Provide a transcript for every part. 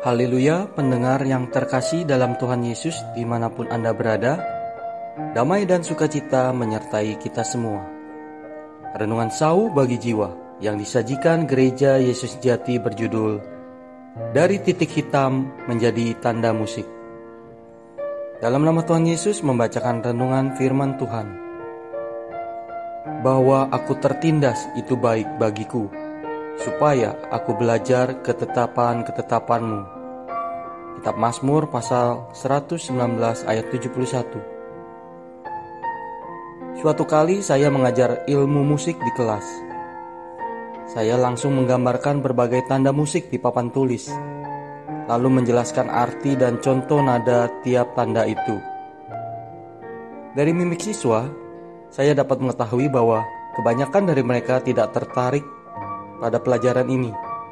Haleluya, pendengar yang terkasih dalam Tuhan Yesus dimanapun Anda berada, damai dan sukacita menyertai kita semua. Renungan Sau bagi jiwa yang disajikan Gereja Yesus Jati berjudul Dari Titik Hitam Menjadi Tanda Musik. Dalam nama Tuhan Yesus membacakan renungan firman Tuhan. Bahwa aku tertindas itu baik bagiku, supaya aku belajar ketetapan-ketetapan-Mu. Kitab Mazmur pasal 119 ayat 71. Suatu kali saya mengajar ilmu musik di kelas. Saya langsung menggambarkan berbagai tanda musik di papan tulis, lalu menjelaskan arti dan contoh nada tiap tanda itu. Dari mimik siswa, saya dapat mengetahui bahwa kebanyakan dari mereka tidak tertarik pada pelajaran ini.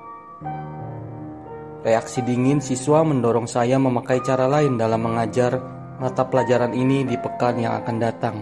Reaksi dingin siswa mendorong saya memakai cara lain dalam mengajar mata pelajaran ini di pekan yang akan datang.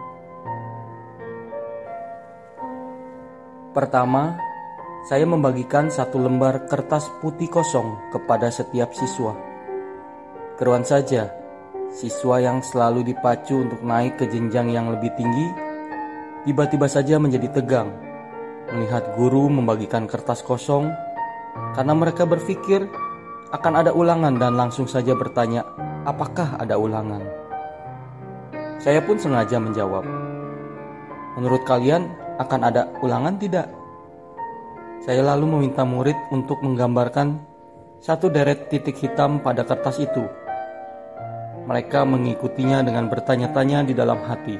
Pertama, saya membagikan satu lembar kertas putih kosong kepada setiap siswa. Keruan saja, siswa yang selalu dipacu untuk naik ke jenjang yang lebih tinggi, tiba-tiba saja menjadi tegang melihat guru membagikan kertas kosong, karena mereka berpikir akan ada ulangan dan langsung saja bertanya, apakah ada ulangan? Saya pun sengaja menjawab, menurut kalian akan ada ulangan tidak? Saya lalu meminta murid untuk menggambarkan satu deret titik hitam pada kertas itu. Mereka mengikutinya dengan bertanya-tanya di dalam hati.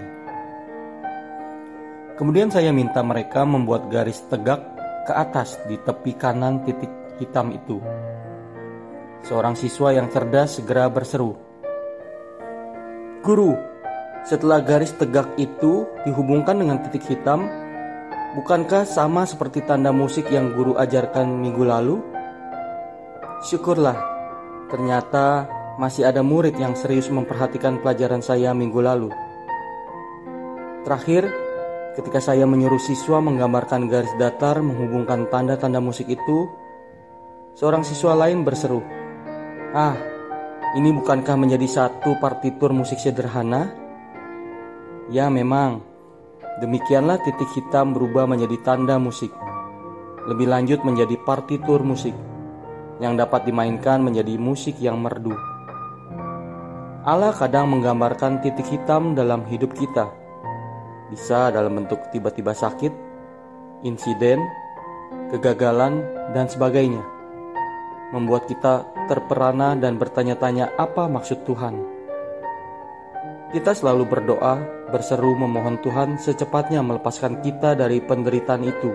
Kemudian saya minta mereka membuat garis tegak ke atas di tepi kanan titik hitam itu. Seorang siswa yang cerdas segera berseru, "Guru, setelah garis tegak itu dihubungkan dengan titik hitam, bukankah sama seperti tanda musik yang guru ajarkan minggu lalu?" Syukurlah, ternyata masih ada murid yang serius memperhatikan pelajaran saya minggu lalu. Terakhir, ketika saya menyuruh siswa menggambarkan garis datar menghubungkan tanda-tanda musik itu, seorang siswa lain berseru, "Ah, ini bukankah menjadi satu partitur musik sederhana?" Ya memang, demikianlah titik hitam berubah menjadi tanda musik. Lebih lanjut menjadi partitur musik yang dapat dimainkan menjadi musik yang merdu. Allah kadang menggambarkan titik hitam dalam hidup kita. Bisa dalam bentuk tiba-tiba sakit, insiden, kegagalan, dan sebagainya. Membuat kita terperana dan bertanya-tanya apa maksud Tuhan. Kita selalu berdoa, berseru memohon Tuhan secepatnya melepaskan kita dari penderitaan itu.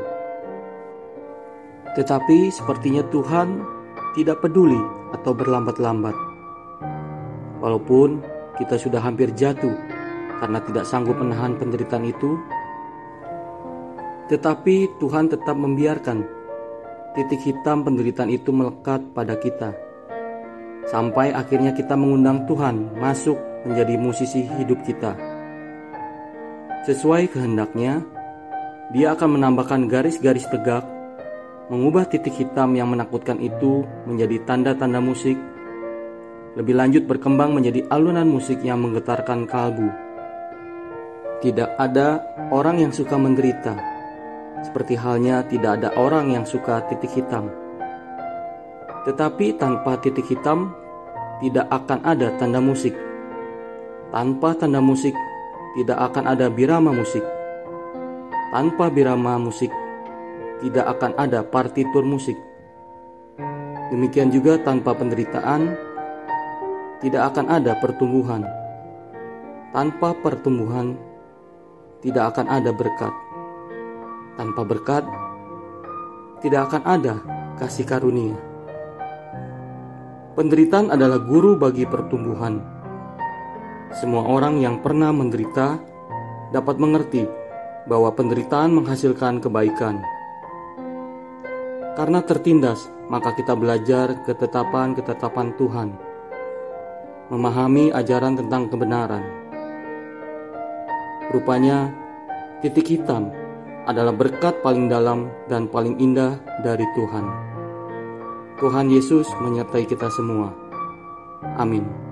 Tetapi sepertinya Tuhan tidak peduli atau berlambat-lambat. Walaupun kita sudah hampir jatuh karena tidak sanggup menahan penderitaan itu, tetapi Tuhan tetap membiarkan titik hitam penderitaan itu melekat pada kita, sampai akhirnya kita mengundang Tuhan masuk menjadi musisi hidup kita. Sesuai kehendaknya, Dia akan menambahkan garis-garis tegak, mengubah titik hitam yang menakutkan itu menjadi tanda-tanda musik, lebih lanjut berkembang menjadi alunan musik yang menggetarkan kalbu. Tidak ada orang yang suka menderita, seperti halnya tidak ada orang yang suka titik hitam. Tetapi tanpa titik hitam, tidak akan ada tanda musik. Tanpa tanda musik, tidak akan ada birama musik. Tanpa birama musik, tidak akan ada partitur musik. Demikian juga tanpa penderitaan, tidak akan ada pertumbuhan. Tanpa pertumbuhan, tidak akan ada berkat. Tanpa berkat, tidak akan ada kasih karunia. Penderitaan adalah guru bagi pertumbuhan. Semua orang yang pernah menderita dapat mengerti bahwa penderitaan menghasilkan kebaikan. Karena tertindas, maka kita belajar ketetapan-ketetapan Tuhan, memahami ajaran tentang kebenaran. Rupanya, titik hitam adalah berkat paling dalam dan paling indah dari Tuhan. Tuhan Yesus menyertai kita semua. Amin.